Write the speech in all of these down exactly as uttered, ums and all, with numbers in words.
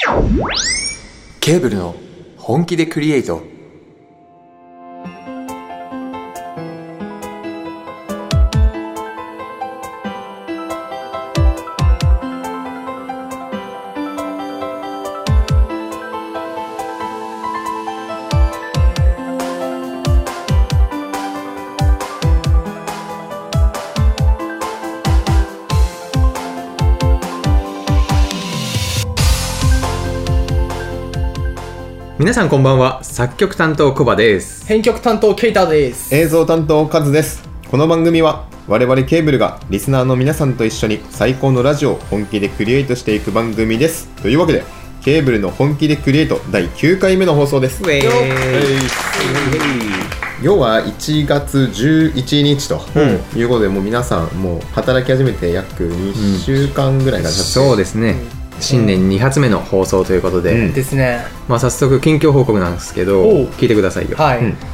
ケーブルの本気でクリエイト。 皆さんこんばんは。作曲担当コバです。 編曲担当ケイタです。 映像担当カズです。この番組は我々ケーブルがリスナーの皆さんと一緒に最高のラジオを本気でクリエイトしていく番組です。というわけでケーブルの本気でクリエイトだいきゅうかいめの放送です。 ウェーイ。 要はいちがつじゅういちにちということで、もう皆さんもう働き始めて約にしゅうかんぐらいが経って、うん、 そうですね、新年に発目の放送ということで、 うん、ですね。 まあ早速近況報告なんですけど、聞いてくださいよ。 はい、 うん、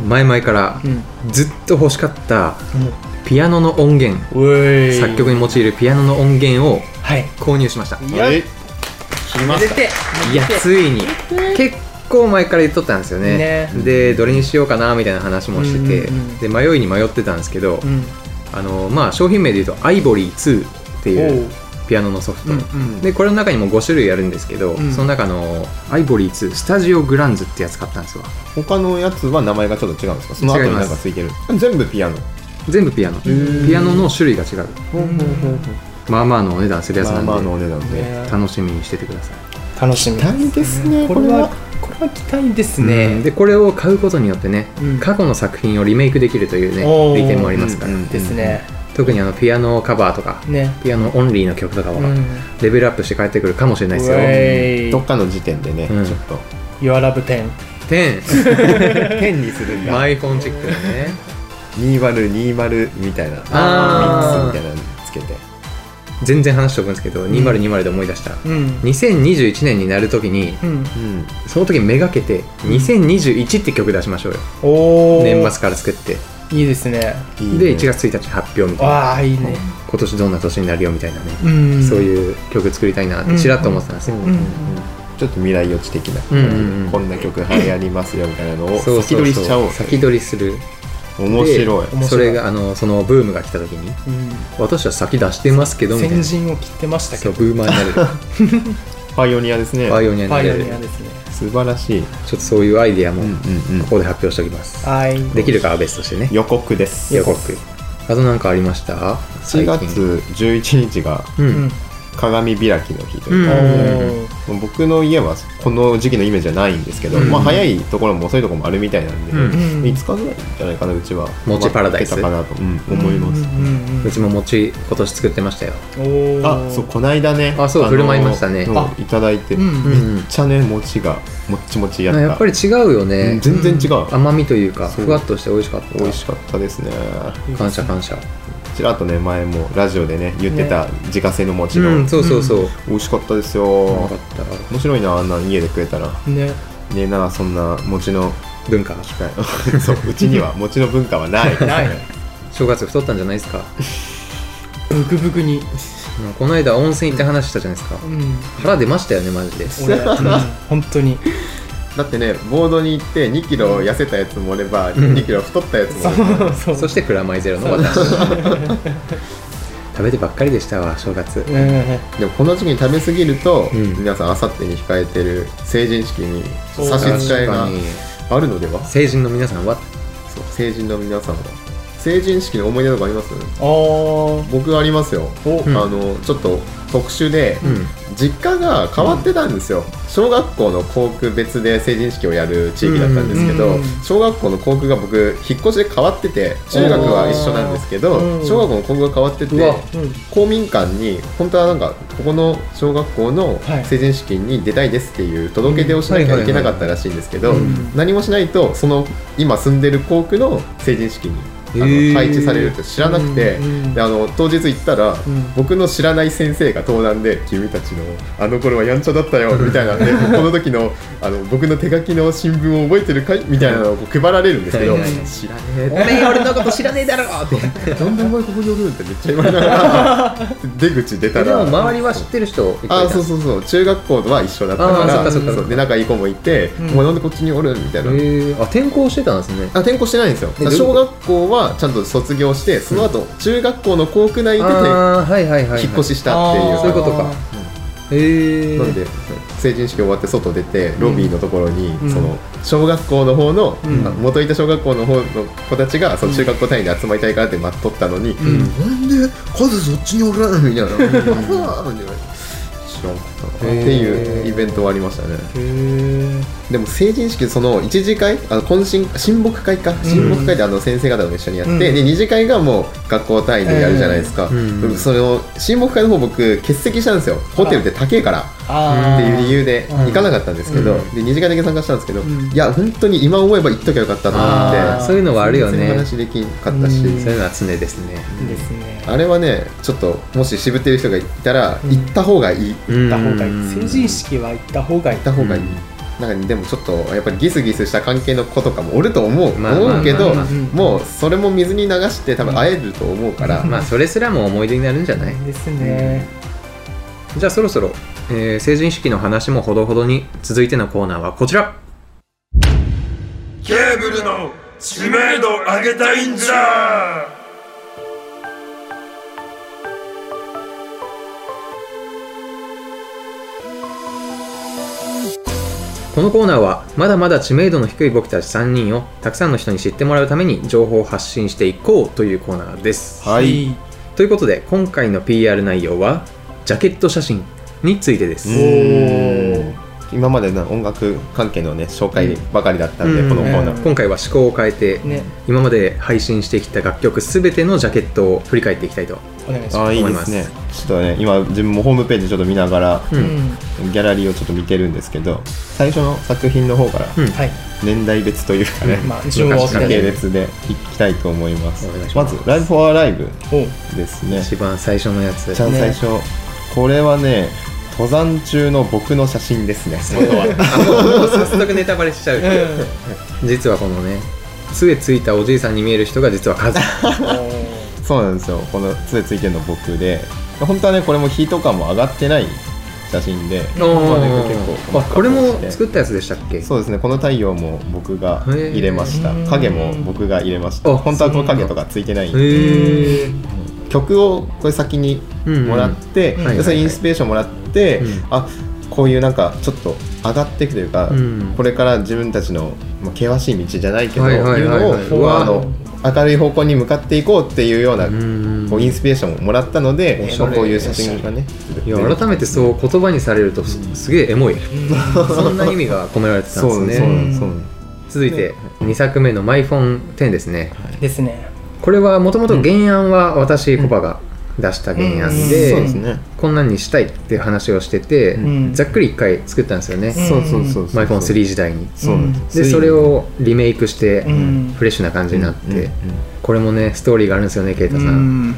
前々からずっと欲しかったピアノの音源、うん、作曲に用いるピアノの音源を購入しました。 はい、 知りました。 いやついに結構前から言っとったんですよ ね, ねでどれにしようかなみたいな話もしてて、うんうん、で迷いに迷ってたんですけど、うん、あのまあ商品名で言うとアイボリーツーっていうピアノのソフト、うんうん、でこれの中にもごしゅるいあるんですけど、うん、その中のアイボリーツースタジオグランズってやつ買ったんですわ。 他のやつは名前がちょっと違うんですか？その後に何かついてる？全部ピアノ？ 全部ピアノ。ピアノの種類が違う。まあまあのお値段するやつなんで、まあまあのお値段で楽しみにしててください。 楽しみ期待ですね。 これはこれは期待ですね、 うん、でこれを買うことによってね、うん、過去の作品をリメイクできるというね利点もありますから、うんうん、 ですね。 特にあのピアノカバーとか、ね、ピアノオンリーの曲とかはレベルアップして帰ってくるかもしれないですよ、 うん、どっかの時点でね、うん、ちょっと Your Love テンテンテンにするんだ。 マイフォンチックだね。 にじゅうにじゅうみたいなミックスみたいなのつけて全然話しておくんですけど、うん、にせんにじゅうで思い出した、うん、にせんにじゅういちねんになるときに、うん、その時めがけてにせんにじゅういちって曲出しましょうよ、うん、年末から作って。 いいですね。 でいちがつついたち発表みたいな。 ああいいね。 今年どんな年になるよみたいなね、うん、そういう曲作りたいなってちらっと思ってたんですよ、うんうんうん、 ちょっと未来予知的な、うんうんうん、こんな曲流行りますよみたいなのを先取りしちゃおう。 そうそうそう、先取りする。 面白い。 それがあのそのブームが来た時に、うん、私は先出してますけどみたいな。 先陣を切ってましたけど、 そうブーマーになるパイオニアですね。 パイオニアになれる。 パイオニアですね。 素晴らしい。 ちょっとそういうアイディアもここで発表しておきます、うんうんうん、できるかは別としてね。 予告です。 予告。あと何かありました？ いちがつじゅういちにちが、うん鏡開きの日というか、うん、僕の家はこの時期のイメージじゃないんですけど、うんまあ、早いところも遅いところもあるみたいなんで、うん、いつかぐらいじゃないかな。うちは餅パラダイスかなと、うん、思います、うんうんうん、うちも餅今年作ってましたよ。 あ、そうこの間ね、 あそう振る舞いましたね。 いただいて、うん、めっちゃね餅がもっちもちやった。 やっぱり違うよね、 うん、全然違う、うん、 甘みというかふわっとして美味しかった。 美味しかったですね。 感謝感謝。 ちらっとね前もラジオでね言ってた自家製の餅の、 ね、うん、そうそうそう、うん、 美味しかったですよ。 面白いな、あんな家で食えたらね。ねえな、そんな餅の文化機会そううちには餅の文化はないない正月太ったんじゃないですか？ ブクブクに。 この間温泉行って話したじゃないですか、うん、腹出ましたよねマジで俺、うん、本当にだってね、ボードに行ってにキロ痩せたやつもおれば、うん、にキロ太ったやつもおれば、 そうそしてプラマイゼロの私食べてばっかりでしたわ正月、うん、 でもこの時期に食べ過ぎると、うん、皆さんあさってに控えてる成人式に差し支えがあるのでは。 成人の皆さんはそう成人の皆さんは成人式の思い出とかあります？あ僕ありますよ、うん、あのちょっと特殊で、うん、実家が変わってたんですよ、うん、小学校の校区別で成人式をやる地域だったんですけど、うんうん、小学校の校区が僕引っ越しで変わってて、中学は一緒なんですけど、うん、小学校の校区が変わってて、うん、公民館に本当はなんかここの小学校の成人式に出たいですっていう届け出をしなきゃいけなかったらしいんですけど、何もしないとその今住んでる校区の成人式にあの配置されるって知らなくて、であの当日行ったら、僕の知らない先生が登壇で「君たちのあの頃はやんちゃだったよ」みたいなんでこの時のあの僕の手書きの新聞を覚えてるかいみたいなのを配られるんですけど、知らねえ、 おめえ俺のこと知らねえだろってなんでお前ここにおるんってめっちゃ言われながら出口出たら、 でも周りは知ってる人いっぱいいた。 あ、そうそうそう、中学校は一緒だったから、で仲いい子もいて、お前なんでこっちにおるみたいな。 あ、転校してたんですね。 あ、転校してないんですよ。小学校はちゃんと卒業して、その後中学校の校区内で引っ越ししたっていう。 そういうことか。へえ。 なんで成人式終わって外出てロビーのところに、その小学校の方の元いた小学校の方の子たちがその中学校単位で集まりたいからって待っとったのに、なんでカズそっちにおらんみたいな。知らんかったっていうイベントはありましたね。へでも成人式その一次会、あの懇親親睦会か、親睦会であの先生方も一緒にやって、うん、で二次会がもう学校単位でやるじゃないですか、うん、その親睦会の方僕欠席したんですよ。ホテルって高いからっていう理由で行かなかったんですけど、うん、で二次会だけ参加したんですけど、うん、いや本当に今思えば行っときゃよかったと思って、 そういうのはあるよね。 全然話できんかったし、うん、 そういうのは常ですね。 ですね。 あれはね、ちょっともし渋ってる人がいたら、うん、行った方がいい。 行った方がいい。成人式は行った方がいい。 行った方がいい。なんかでもちょっとやっぱりギスギスした関係の子とかもおると思う、まあ、思うけど、もうそれも水に流して多分会えると思うから、 まあそれすらも思い出になるんじゃないですね。 じゃあそろそろ、えー、成人式の話もほどほどに、続いてのコーナーはこちら。 ケーブルの知名度上げたいんじゃ。 このコーナーはまだまだ知名度の低い僕たちさんにんをたくさんの人に知ってもらうために情報を発信していこうというコーナーです。 はい。 ということで今回の ピーアール 内容はジャケット写真についてです。 お今までの音楽関係のね紹介ばかりだったんで、うん、このコーナー、 今回は趣向を変えて、ね、今まで配信してきた楽曲すべてのジャケットを振り返っていきたいと思います。 あ、いいですね。ちょっとね今自分もホームページちょっと見ながら、うん、ギャラリーをちょっと見てるんですけど、最初の作品の方から、うん、年代別というかね、うん、まあ、順番系列でいきたいと思います。まずライブフォアライブですね。 一番最初のやつ。 一番最初、ね、これはね登山中の僕の写真ですね。 元はもう早速ネタバレしちゃう実はこのね杖ついたおじいさんに見える人が実はカズそうなんですよ。この杖ついてるの僕で、本当はねこれも日とかも上がってない写真で、まあね、 結構これも作ったやつでしたっけ。 そうですね。この太陽も僕が入れました。影も僕が入れました。本当はこの影とかついてないんで、曲をこれ先にもらって、うんうん、でそれインスピレーションもらって、うん、あこういうなんかちょっと上がっていくというか、うん、これから自分たちの、まあ、険しい道じゃないけど、はいはいはいはい、いうのをあの明るい方向に向かっていこうっていうような、うん、こうインスピレーションをもらったので、まあ、こういう写真がね。 いや改めてそう言葉にされると す, すげえエモい、うん、そんな意味が込められてたんですね。そうそうそう。続いてにさくめのマイフォンテンですね。 ですね。 これはもともと原案は私、コバが出した原案で、うんうん、ね、こんなんにしたいっていう話をしてて、うん、ざっくりいっかい作ったんですよね。 そうそうそう。 マイフォンスリー時代に。そうでそれをリメイクしてフレッシュな感じになって、うんうんうん、これもねストーリーがあるんですよね、ケイタさん。うん、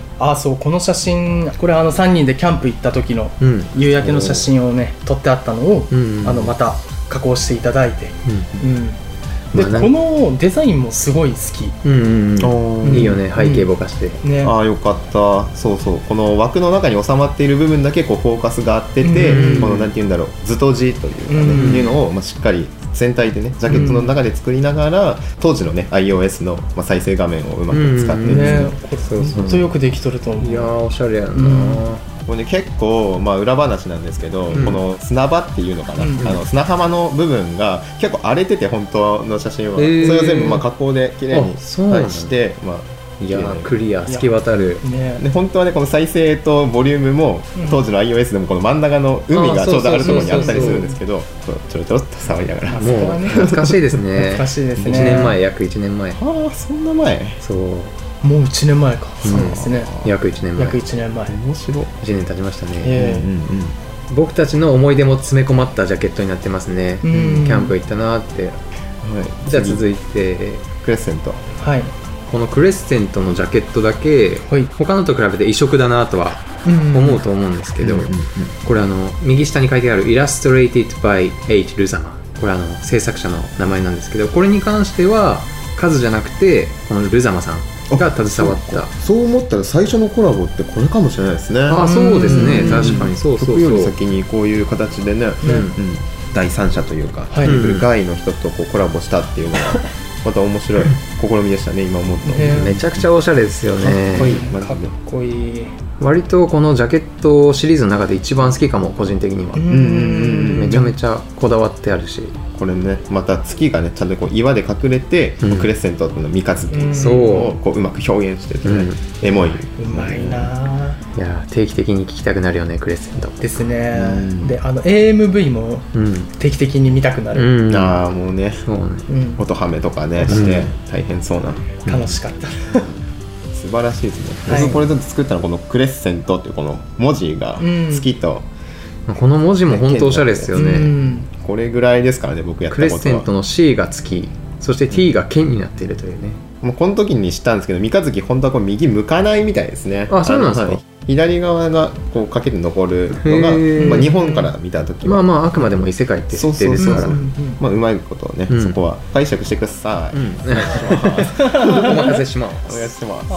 あ、そう、この写真、これあのさんにんでキャンプ行った時の夕焼けの写真をね撮ってあったのを、うんうん、あのまた加工していただいて、うんうん、で、まあ、このデザインもすごい好き、 うんうんうん、いいよね、背景ぼかして、 うんね、ああよかった。そうそう、この枠の中に収まっている部分だけこうフォーカスが合ってて、うんうん、このなんていうんだろう、図と字というかね、うんうん、いうのを、まあ、しっかり全体でねジャケットの中で作りながら、うん、当時のね iOS の、まあ、再生画面をうまく使ってるんですよ、 うんね、本当よくできとると思う。 いやーおしゃれやな、うん、 これね、結構、まあ、裏話なんですけど、うん、この砂場っていうのかな、うん、あの砂浜の部分が結構荒れてて、本当の写真は、えー、それを全部まあ加工で綺麗にして、まあ、 いやクリア、透き渡る、 ね、で本当はねこの再生とボリュームも、うん、当時の iOS でもこの真ん中の海がちょうどあるところにあったりするんですけど、ちょろちょろっと触りながら、 もう懐かしいですね懐かしいですね。 いちねんまえ、約いちねんまえ。 ああ、そんな前。 そう、 もういちねんまえか。そうですね、 約いちねんまえ。 約いちねんまえ。 面白い。いちねん経ちましたね、 えーうんうん、 僕たちの思い出も詰め込まったジャケットになってますね。キャンプ行ったなって、はい、じゃあ続いてクレッセント。 はい、 このクレッセントのジャケットだけ、はい、他のと比べて異色だなとは思うと思うんですけど、これあの右下に書いてある Illustrated by H. Luzama、 これあの制作者の名前なんですけど、これに関してはカズじゃなくてこのルザマさんが携わった。 そう、そう思ったら最初のコラボってこれかもしれないですね。 あ、そうですね、確かにそうそうそう。 曲より先にこういう形でね、うんうん、第三者というか、はい、外の人とこうコラボしたっていうのはまた面白い試みでしたね、今思うと。 めちゃくちゃおしゃれですよね。 かっこいい、かっこいい。 割とこのジャケットシリーズの中で一番好きかも、個人的には。うん、めちゃめちゃこだわってあるし、 これね、また月がねちゃんとこう岩で隠れて、うん、クレッセントの三日月をこううまく表現してて、ね、うん、エモい。 うまいな。 いや定期的に聴きたくなるよね、クレッセントですね。で、あの エーエムブイ も定期的に見たくなる、 うん、ああもうね、そうね、うん、音ハメとかねして大変そうな、 楽しかった素晴らしいですね、はい、僕これで作ったのはこのクレッセントっていうこの文字が月と、 うん、この文字も本当おしゃれですよね、うん、 これぐらいですからね、僕やったことは。 クレッセントの C が月、そして T が剣になっているというね。 もうこの時に知ったんですけど、三日月本当はこう右向かないみたいですね。 あ、そうなんですか。 左側がこうかけて残るのが、まあ、日本から見た時はまあまああくまでも異世界って設定ですから、 まあうまいことをね、うん、そこは解釈してください、うん、 お任せします。 お願いします。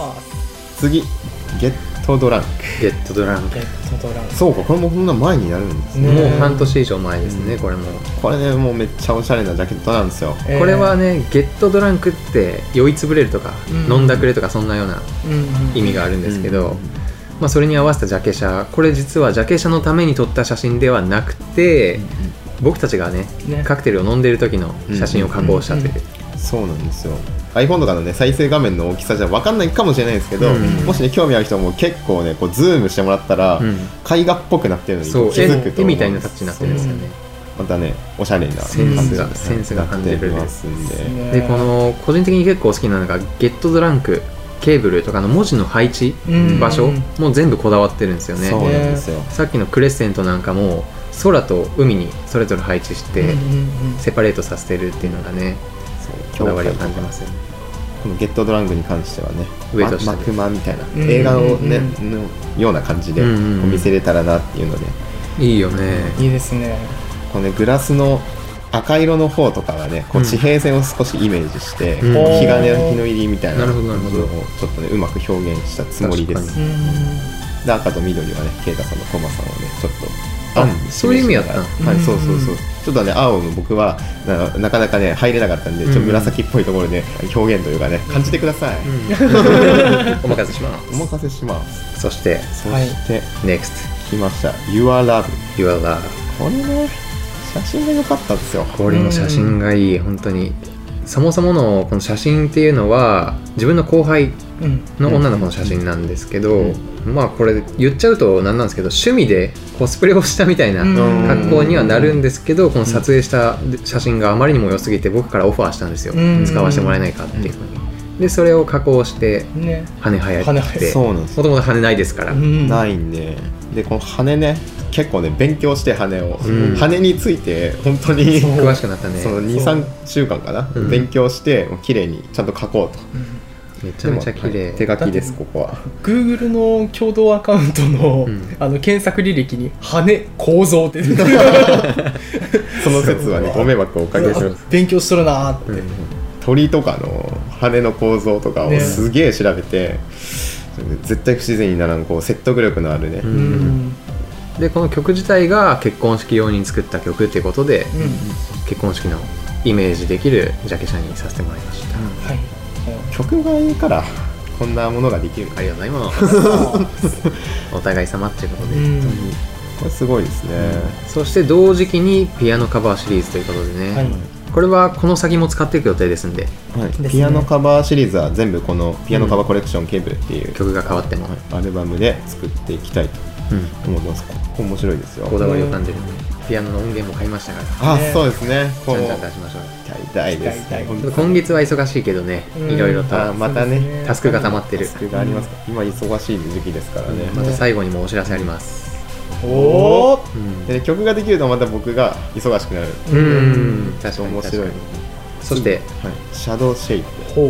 次、ゲットドランク。 ゲットドランク。 ゲットドランク。 そうか、これもこんな前になるんですね。 もう半年以上前ですね、うん、これも。 これね、もうめっちゃおしゃれなジャケットなんですよ。 えー、これはね、ゲットドランクって酔いつぶれるとか、うん、飲んだくれとかそんなような意味があるんですけど、うんうん、まあ、それに合わせたジャケ写、これ実はジャケ写のために撮った写真ではなくて、うんうん、僕たちが ね, ねカクテルを飲んでいる時の写真を加工したという、うんうんうん、 そうなんですよ。 iPhone とかの、ね、再生画面の大きさじゃ分かんないかもしれないですけど、うんうん、もしね興味ある人も結構ねこうズームしてもらったら、うん、絵画っぽくなってるのに気づくと絵みたいなタッチになってるんですよね。 またねおしゃれなセンスがセンスが感じるますんで、でこの個人的に結構好きなのがゲットドランクケーブルとかの文字の配置、うん、場所も全部こだわってるんですよね。 そうなんですよ。 さっきのクレッセントなんかも空と海にそれぞれ配置してセパレートさせてるっていうのがね、こだわりを感じますよね。 このゲットドラングに関してはね、上と下で幕間みたいな映画をね、うんうんうん、のような感じで見せれたらなっていうので、 うんうん、いいよね。 いいですね。 この、ね、グラスの赤色の方とかはね、こう地平線を少しイメージして、うん、日がね日の入りみたいなものをちょっとねうまく表現したつもりです。で赤と緑はねケイタさんのコマさんをねちょっとあそういう意味やった。 はい、そうそうそう。ちょっとね青の僕は な, なかなかね入れなかったんで、ちょっと紫っぽいところで表現というかね感じてください。 お任せします。 お任せします。 そしてそして、 はい、ネクスト来ました。Your Love。 Your Love。 これね写真が良かったんですよ。 これの写真がいい、本当に。そもそものこの写真っていうのは自分の後輩の女の子の写真なんですけど、うんうん、まあこれ言っちゃうとなんなんですけど、趣味でコスプレをしたみたいな格好にはなるんですけど、この撮影した写真があまりにも良すぎて僕からオファーしたんですよ、使わせてもらえないかっていうふうに。でそれを加工して羽生えて、もともと羽ないですから、 ないんで、でこの羽ね結構ね勉強して羽を、うん、羽について本当に詳しくなったね。 その にさんしゅうかんかな、うん、勉強して綺麗にちゃんと書こうと、うん、 めちゃめちゃ綺麗、 はい、手書きです。ここは Google の共同アカウント の,、うん、あの検索履歴に羽構造って出てその説はねご迷惑をおかけします。 勉強しとるなーって、うん、 鳥とかの羽の構造とかをすげえ調べて、ね、絶対不自然にならんこう説得力のあるね、うん、 でこの曲自体が結婚式用に作った曲っていうことで、うん、結婚式のイメージできるジャケ写にさせてもらいました、うん、 はい、 曲がいいからこんなものができる。 ありがとうございますお互い様っていうことで、うん、 これすごいですね、 うん、そして同時期にピアノカバーシリーズということでね、はい、これはこの先も使っていく予定ですんで、 はい、ピアノカバーシリーズは全部このピアノカバーコレクションケーブルっていう、 うん、曲が変わっても、 アルバムで作っていきたいと思います、うん、面白いですよ。 こだわりを感じる、ね、ピアノの音源も買いましたから、 あ、ね、そうですね、 ちゃんちゃん出しましょう。 痛いです。 今月は忙しいけどね、いろいろとまたねタスクが溜まってる。 タスクがありますから、うん、今忙しい時期ですからね、 うん、また最後にもお知らせあります。 おお、 うん、で、ね、曲ができるとまた僕が忙しくなる。 うん、 確かに面白い。 そして、 はい、シャドウシェイプ。 ほう、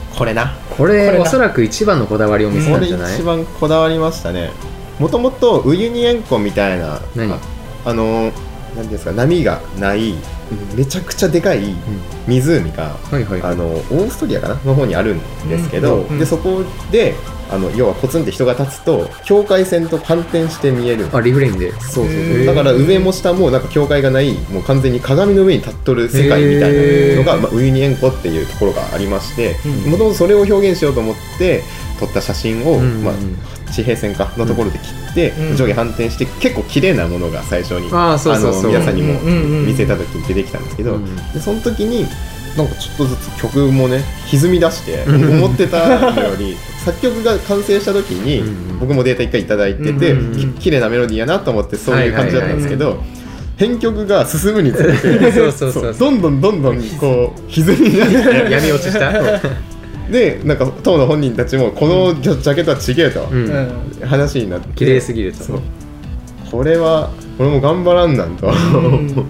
これなこれおそらく一番のこだわりを見せたんじゃない？ これ一番こだわりましたね。もともとウユニ塩湖みたいな、 何あ、あの何ですか、波がないめちゃくちゃでかい湖が、 うんはいはいはい、 あのオーストリアかなの方にあるんですけど、 うん、 でそこであの要はポツンって人が立つと境界線と反転して見える。 あ、リフレインで。 そうそう、だから上も下もなんか境界がない、もう完全に鏡の上に立っとる世界みたいなのが、まあ、ウユニ塩湖っていうところがありまして、もともとそれを表現しようと思って撮った写真を、うんうん、まあ、地平線かのところで切って、うん、上下反転して結構綺麗なものが最初に、 ああ、そうそうそう、 あの皆さんにも見せた時に出てきたんですけど、うんうん、でその時になんかちょっとずつ曲もね歪み出して思ってたのより作曲が完成した時に僕もデータいっかいいただいてて、うん、綺麗なメロディーやなと思ってそういう感じだったんですけど、編曲が進むにつれてそうそうそうどんどんどんどんこう歪みになって闇落ちしたで、なんか当の本人たちもこのジャケットは違えと、うん、話になって綺麗すぎると。 そう、これはこれも頑張らんなんと、うん、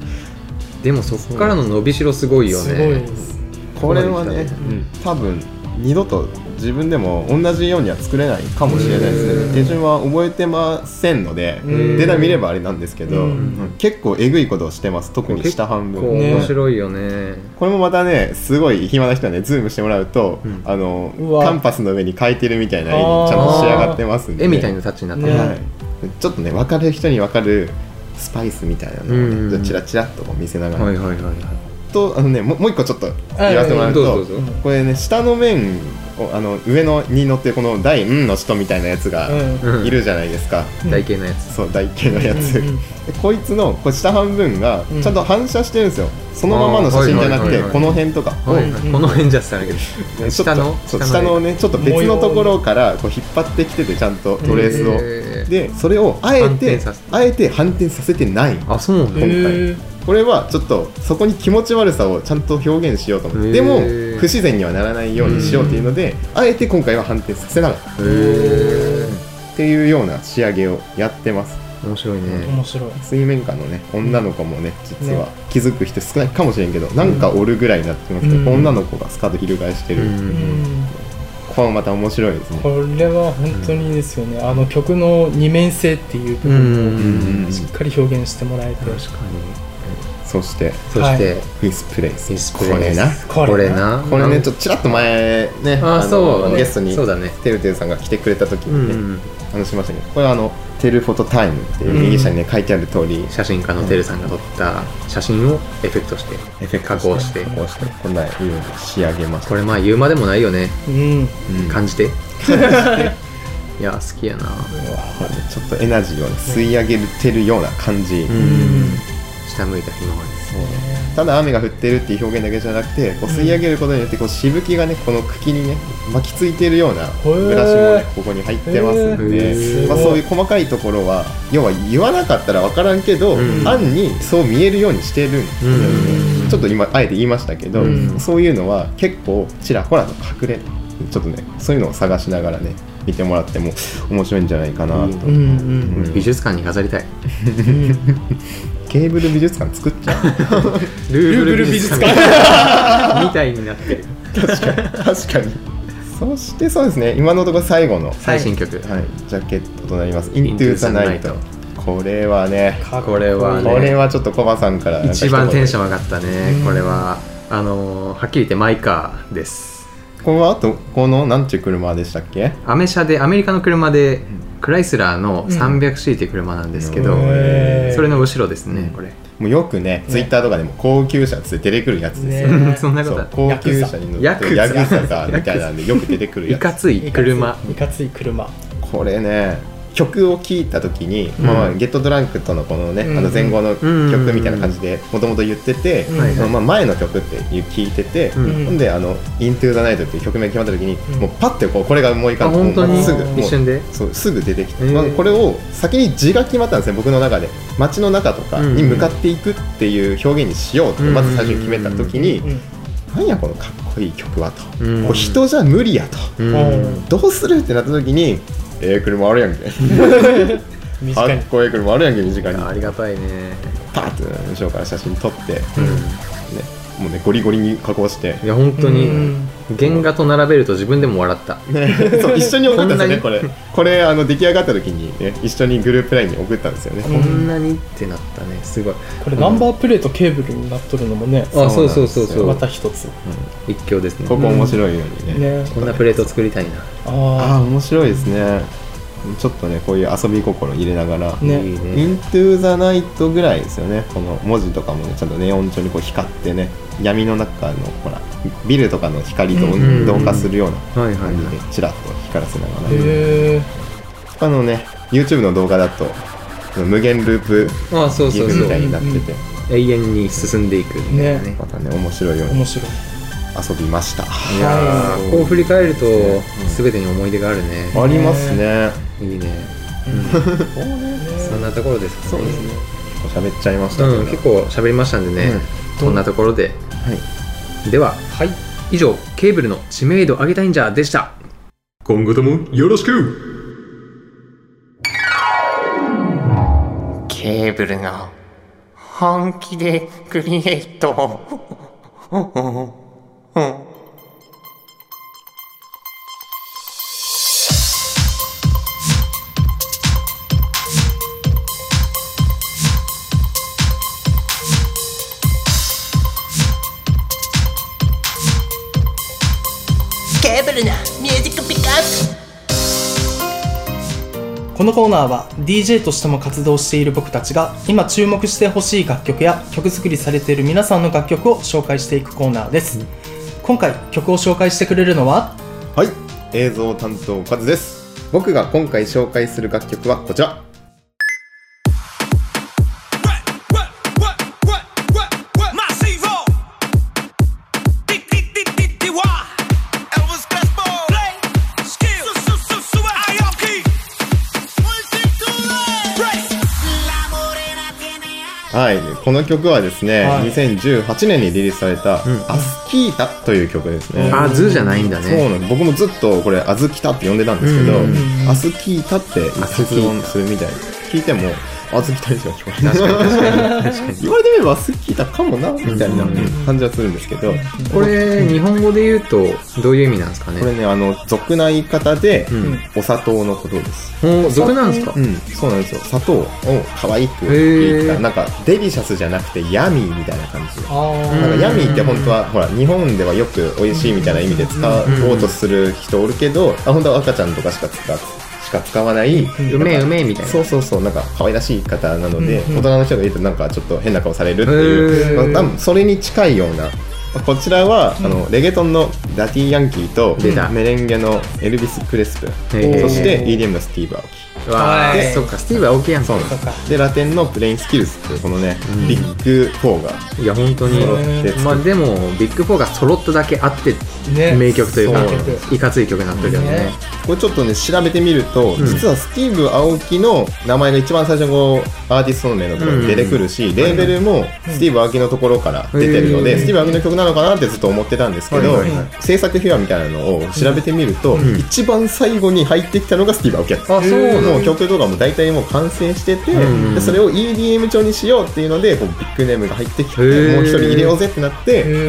でもそっからの伸びしろすごいよね。 すごいです。 これはね、うん、多分二度と自分でも同じようには作れないかもしれないですね。手順は覚えてませんのでデータ見ればあれなんですけど、うん、結構えぐいことをしてます。特に下半分面白いよね。 これもまたね、すごい暇な人はねズームしてもらうと、うん、あのカンパスの上に描いてるみたいな絵にちゃんと仕上がってますんで、 絵みたいなタッチになってる、ね、はい、 ちょっとね分かる人に分かるスパイスみたいなのをね、うん、チラチラっと見せながら、はいはいはいはい、とあのね、もう一個ちょっと言わせてもらうと、はい、これね下の面をあの上のに乗ってこの台んの人みたいなやつがいるじゃないですか、 うん、台形のやつ。 そう、台形のやつ、うんうん、でこいつのこれ下半分がちゃんと反射してるんですよ、うん、そのままの写真じゃなくてこの辺とか、 はいはい、この辺じゃったんだけど下の下のねちょっと別のところからこう引っ張ってきててちゃんとトレースを、でそれをあえてあえて反転させてない。 あ、そうなんだ。 今回これはちょっとそこに気持ち悪さをちゃんと表現しようと思って、でも不自然にはならないようにしようっていうのであえて今回は反転させなかったっていうような仕上げをやってます。 面白いね。 面白い。 水面下のね女の子もね実は気づく人少ないかもしれんけど、なんかおるぐらいになってますけど、女の子がスカート翻してる、これもまた面白いですね。 これは本当にですよね、あの曲の二面性っていう部分をしっかり表現してもらえて、確かに。 そしてそしてミスプレイス、 これなこれなこれねちょっとちらっと前ね、 あのゲストにてるてるさんが来てくれた時にね話しましたけど、これはあのテルフォトタイムっていう右下にね書いてある通り、 写真家のてるさんが撮った写真をエフェクトしてエフェクト加工してこうしてこんな色に仕上げました。 これまあ言うまでもないよね、感じていや好きやな。 ちょっとエナジーを吸い上げてるような感じ、 下向いたひまわり。 ただ雨が降ってるっていう表現だけじゃなくて、こう吸い上げることによってこうしぶきがねこの茎にね巻きついているようなブラシもねここに入ってますので、まあ、そういう細かいところは要は言わなかったら分からんけど、うん、案にそう見えるようにしてるんですよね、うん、ちょっと今あえて言いましたけど、うん、そういうのは結構ちらほらと隠れちょっとねそういうのを探しながらね見てもらっても面白いんじゃないかなと、うんうんうん、美術館に飾りたいケーブル美術館作っちゃうルーブル美術館みたいになってる確かに確かにそしてそうですね、今のところ最後の最新曲、 はい、ジャケットとなります Into the Night。 これはねこれはねこれはちょっとコバさんから一番テンション上がったね。これはあのー、はっきり言ってマイカーです。 これはあとこのなんていう車でしたっけ？ アメ車でアメリカの車でクライスラーの さんびゃくシー っていう車なんですけど、うん、それの後ろですね、うん、これもうよくね、ツイッターとかでも高級車って出てくるやつですよ、 ね、そんなこと高級車に乗ってヤクザみたいなんでよく出てくるやついかつい車いかつい車これね曲を聴いた時に、うんまあ、ゲットドランクとのこのね、うん、あの前後の曲みたいな感じでもともと言ってて、うんまあ、前の曲って聞いてて、うん、ほんであの Into the Night っていう曲名決まった時に、うん、もうパッてこうこれが思い浮かんで、もうすぐ一瞬でそうすぐ出てきて、まあ、これを先に字が決まったんですね、僕の中で街の中とかに向かっていくっていう表現にしようってまず最初に決めた時に、うんうんなんやこのかっこいい曲はと、うん、こう人じゃ無理やと、うん、どうするってなった時にええ車あるやんけかっこいい車あるやんけ身近にありがたいねパーッと後ろから写真撮って、うんね、もうねゴリゴリに加工していや本当に原画と並べると自分でも笑った、 ね、そう一緒に送ったんですよねこれこれあの出来上がった時に、ね、一緒にグループラインに送ったんですよね。 こんなにってなったね。すごい。 これナンバープレートケーブルになっとるのもね、 あ、そうそうそうそう、 また一つ、 うん、一興ですね。 ここ面白いようにね、 うん、ね、こんなプレート作りたいな。 ああ、面白いですね。ちょっとねこういう遊び心入れながら、 ね、 イントゥーザナイトぐらいですよね。この文字とかもねちゃんとネオン調にこう光ってね、闇の中のほらビルとかの光と同化するような感じでチラッと光らせながら、 へ他のね YouTube の動画だと無限ループゲームみたいになってて永遠に進んでいくみたいなね、 ね、またね面白いように面白い遊びました。 いやー、こう振り返ると全てに思い出があるね。 ありますね。 いいね。そんなところですかね。 そうですね。喋っちゃいましたけど、 うん、結構喋りましたんでね、うん、こんなところで、はい、では、はい、以上ケーブルの知名度上げたいんじゃでした。 今後ともよろしく。 ケーブルの本気でクリエイトケーブルのミュージックピックアップ。 このコーナーは ディージェー としても活動している僕たちが今注目してほしい楽曲や曲作りされている皆さんの楽曲を紹介していくコーナーです、うん、今回曲を紹介してくれるのは、 はい、映像担当カズです。僕が今回紹介する楽曲はこちら。はい、この曲はですね、はい、にせんじゅうはちねんにリリースされた、うん、アスキータという曲ですね。 あ、ズじゃないんだね。 そうなんです。僕もずっとこれアズキタって呼んでたんですけど、うんうんうん、アスキータって発音するみたいで、聞いてもアズキタにしか聞こえない。確かに確かに確かに言われてみればアスキータかもなみたいな感じはするんですけど、 これ日本語で言うとどういう意味なんですかね。 これね、あの俗な言い方で、うん、お砂糖のことです。 俗なんですか。 うん、そうなんですよ。砂糖を可愛く言ったなんかデリシャスじゃなくてヤミーみたいな感じ。なんかヤミーって本当はほら日本ではよく美味しいみたいな意味で使おうとする人おるけど、あ、本当は赤ちゃんとかしか使ってしか使わない、 うめえうめえみたいな。 そうそうそう、なんか可愛らしい言い方なので、うんうん、大人の人が言うとなんかちょっと変な顔されるっていう、まあ、多分それに近いような。こちらは、うん、あのレゲトンのダティ・ヤンキーとメレンゲのエルビス・クレスプ、そして イーディーエム のスティーブ・アオキ。 わー、そっか、スティーブ・アオキやん。 そうなんです。でラテンのプレイン・スキルスっていうこのね、うん、ビッグフォーがいや本当に揃ってまあでもビッグフォーが揃っただけあって、ね、名曲というかいかつい曲になってるよね。ね、 これちょっとね調べてみると、うん、実はスティーブ・アオキの名前が一番最初のアーティストの名のところに出てくるし、うん、レーベルもスティーブ・アオキのところから出てるので、うん、スティーブ・アオキの曲なのかなってずっと思ってたんですけど、はいはいはい、制作秘話みたいなのを調べてみると、うん、一番最後に入ってきたのがスティーブ・アオキやった。あ、そうなの。もう曲とかも大体もう完成してて、うん、でそれを イーディーエム 調にしようっていうのでこうビッグネームが入ってきて、もう一人入れようぜってなって、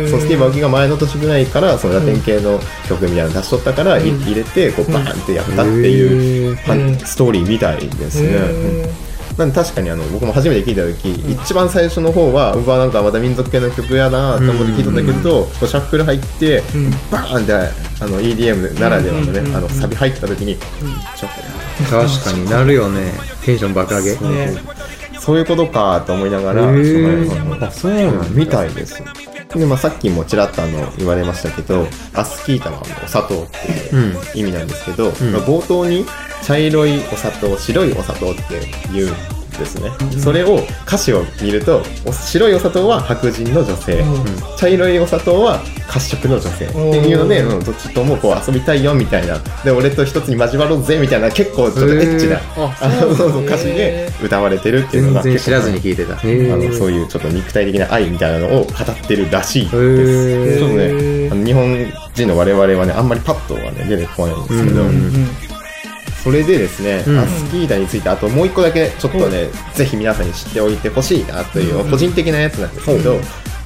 そのスティーブ・アオキが前の年ぐらいからそのラテン系の曲みたいなの出しとったから、うん、入れてこうバーンってやったっていう、うん、ストーリーみたいですね。なんで確かにあの僕も初めて聞いた時、うん、一番最初の方はうわなんかまた民族系の曲やなと思って聞いたんだけど、うん、こうシャッフル入って、うん、バーンってあの イーディーエム ならではのね、うん、あのサビ入った時に、うん、ちょっと確かになるよね。テンション爆上げ、ね、 そういうことかと思いながら、あ、そうなんみたいです。でまあ、さっきもちらっとあの言われましたけど、アスキータのお砂糖っていう意味なんですけど、うん、まあ、冒頭に茶色いお砂糖、白いお砂糖って言うんですね、うん、それを歌詞を見ると白いお砂糖は白人の女性、うん、茶色いお砂糖は褐色の女性っていうので、うん、どっちともこう遊びたいよみたいな、で俺と一つに交わろうぜみたいな、結構ちょっとエッチなあの歌詞で歌われてるっていうのが全然知らずに聞いてた。あのそういうちょっと肉体的な愛みたいなのを語ってるらしいです。ちょっとね、あの日本人の我々はねあんまりパッとはね出てこないんですけど、うんうん、それでですね、うん、アスキータについてあともう一個だけちょっとね、うん、ぜひ皆さんに知っておいてほしいなという個人的なやつなんですけど、うん、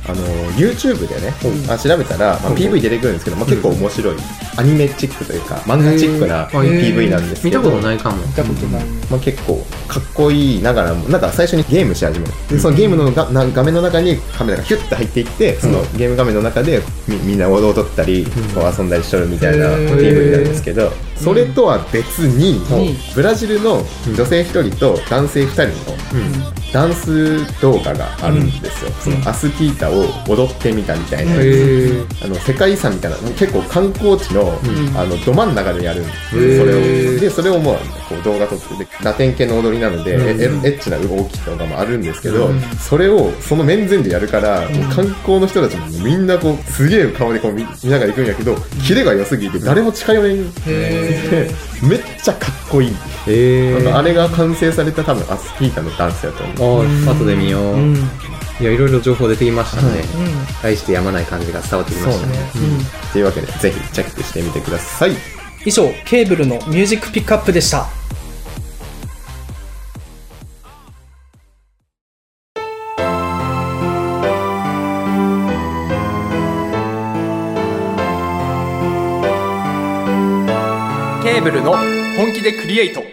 あの YouTube でね、あ調べたら、まあ、ピーブイ 出てくるんですけど、まあ、結構面白いアニメチックというか漫画チックな ピーブイ なんですけど、 見たことないかも。 見たことない、 まあ、結構かっこいいながらもなんか最初にゲームし始める。でそのゲームのがな画面の中にカメラがヒュッて入っていって、そのゲーム画面の中で み, みんな踊ったり、こう遊んだりしとるみたいな ピーブイ なんですけど、それとは別に、ブラジルの女性ひとりと男性ふたりのダンス動画があるんですよ、うん、そのアスキータを踊ってみたみたいな、うん、あの世界遺産みたいな結構観光地 の,、うん、あのど真ん中でやるんですそれをでそれをもうこう動画撮ってでラテン系の踊りなので、うん、エ, エッチな動きとかもあるんですけど、うん、それをその面前でやるから、うん、もう観光の人たちもみんなこうすげえ顔でこう 見, 見ながら行くんやけど、キレが良すぎて誰も近寄れん、うん、めっちゃかっこいい。へー、あれが完成された多分アスキータのダンスやと思う。 あ、後で見よう、うん、いやいろいろ情報出てきましたね、うん、大してやまない感じが伝わってきましたね。 そうね、うん、というわけでぜひチェックしてみてください。 以上ケーブルのミュージックピックアップでした。 ケーブルの本気でクリエイト。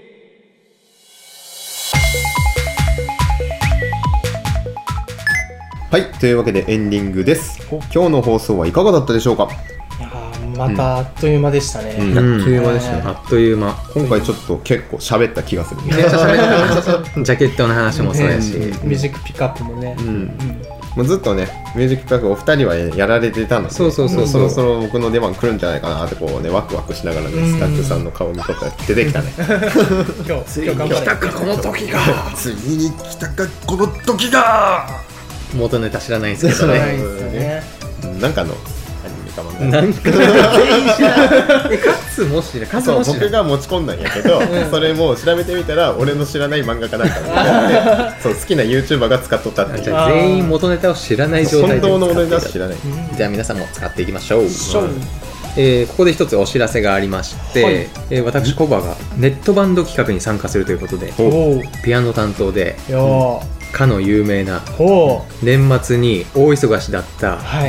はい、というわけでエンディングです。今日の放送はいかがだったでしょうか。 いやまたあっという間でしたね、 うん、あっという間でしたね、 あっという間。 今回ちょっと結構喋った気がする。 めっちゃ喋ったジャケットの話もそうやし、 ミュージックピックアップもね、うんうん、 もうずっとねミュージックピックアップお二人はやられてたので、 そうそうそう、 そろそろ僕の出番来るんじゃないかなってこうねワクワクしながらね、スタッフさんの顔見とったら出てきたね。 今日ついに来たかこの時がついに来たかこの時が。 元ネタ知らないですけどね。 ねなんかのアニメか漫画なんか全員知らない。え、カツも知らない。 そう、僕が持ち込んだんやけど、それも調べてみたら俺の知らない漫画かなんかがあって、そう好きな YouTuber が使っとったっていう。 じゃあ全員元ネタを知らない状態で本当の元ネタを知らない。 じゃあ皆さんも使っていきましょう。えー、ここで一つお知らせがありまして、はい、えー、私コバがネットバンド企画に参加するということで、ピアノ担当で、かの有名な年末に大忙しだった、はい、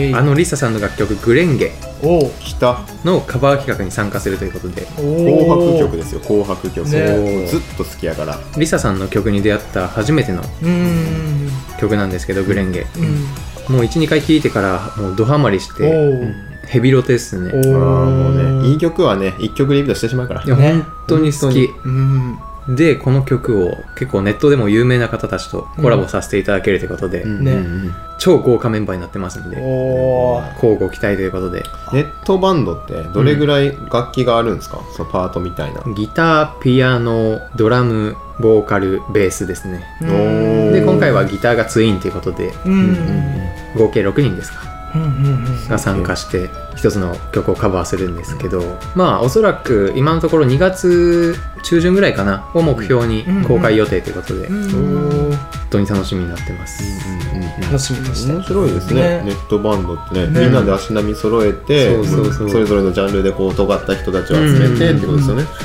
あのリサさんの楽曲「グレンゲ」のカバー企画に参加するということで、 紅白曲ですよ。紅白曲、ね、ずっと好きやから。 リサさんの曲に出会った初めての曲なんですけど、グレンゲ、うん、もう いち,に 回聴いてからもうドハマりしてヘビロテですね。 あもうねいい曲はねいっきょくリピートしてしまうから。 いや本当に好き、うん、でこの曲を結構ネットでも有名な方たちとコラボさせていただけるということで、うんね、超豪華メンバーになってますんで、乞うご期待ということで。 ネットバンドってどれぐらい楽器があるんですか、うん、そのパートみたいな。 ギター、ピアノ、ドラム、ボーカル、ベースですね。で今回はギターがツインということで、うんうんうん、合計ろくにんですか、うんうんうん、が参加して一つの曲をカバーするんですけど、まあおそらく今のところにがつ中旬ぐらいかなを目標に公開予定ということで、うんうん、本当に楽しみになってます、 うんうんうん、楽しみでした。 面白いです ね, ねネットバンドってね、ねみんなで足並み揃えて、そうそうそう、それぞれのジャンルでこう尖った人たちを集めてってことですよね、うんうんうん。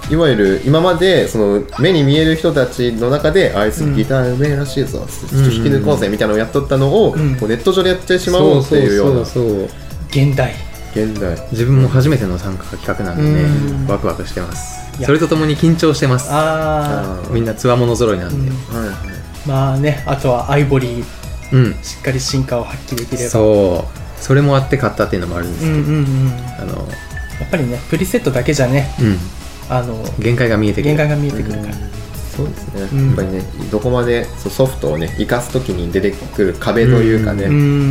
いわゆる今までその目に見える人たちの中であいつギターうめえらしいぞ、うん、弾き抜こうぜみたいなのをやっとったのを、うん、こうネット上でやってしまおうっていうような。 そうそうそう、 現代現代自分も初めての参加企画なんでね、うん、ワクワクしてます。それとともに緊張してます。あみんなつわもの揃いなんで、うんはいはい、 まあね、あとはアイボリー、うん、しっかり進化を発揮できれば。 そうそれもあって買ったっていうのもあるんですけど、うんうんうん、あのやっぱりねプリセットだけじゃね、うんあの限界が見えてくる限界が見えてくるから、 そうですね、うん、やっぱりねどこまでソフトをね生かすときに出てくる壁というかね、うん、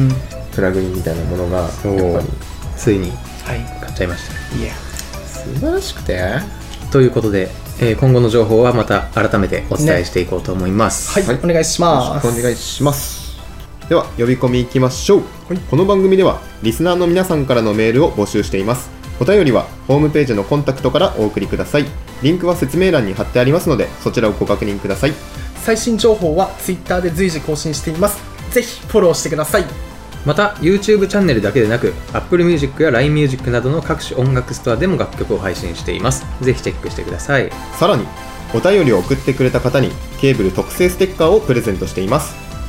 プラグインみたいなものがやっぱりついに買っちゃいました、 はい、いや素晴らしくてということで、えー、今後の情報はまた改めてお伝えしていこうと思います、 ね、はい、はい、お願いします。 お願いします。では呼び込みいきましょう、はい、この番組ではリスナーの皆さんからのメールを募集しています。お便りはホームページのコンタクトからお送りください。リンクは説明欄に貼ってありますのでそちらをご確認ください。 最新情報は Twitter で随時更新しています。ぜひフォローしてください。 また YouTube チャンネルだけでなく Apple Music や ライン Music などの各種音楽ストアでも楽曲を配信しています。ぜひチェックしてください。 さらにお便りを送ってくれた方にケーブル特製ステッカーをプレゼントしています。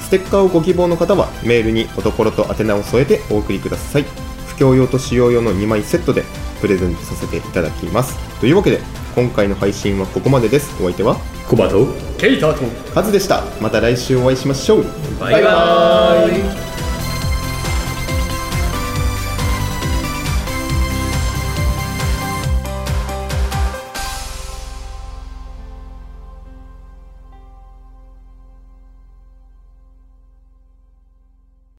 ステッカーをご希望の方はメールにおところと宛名を添えてお送りください。布教用と使用用のにまいセットでプレゼントさせていただきます。というわけで今回の配信はここまでです。お相手はコバとケイタとカズでした。また来週お会いしましょう。 バイバイ。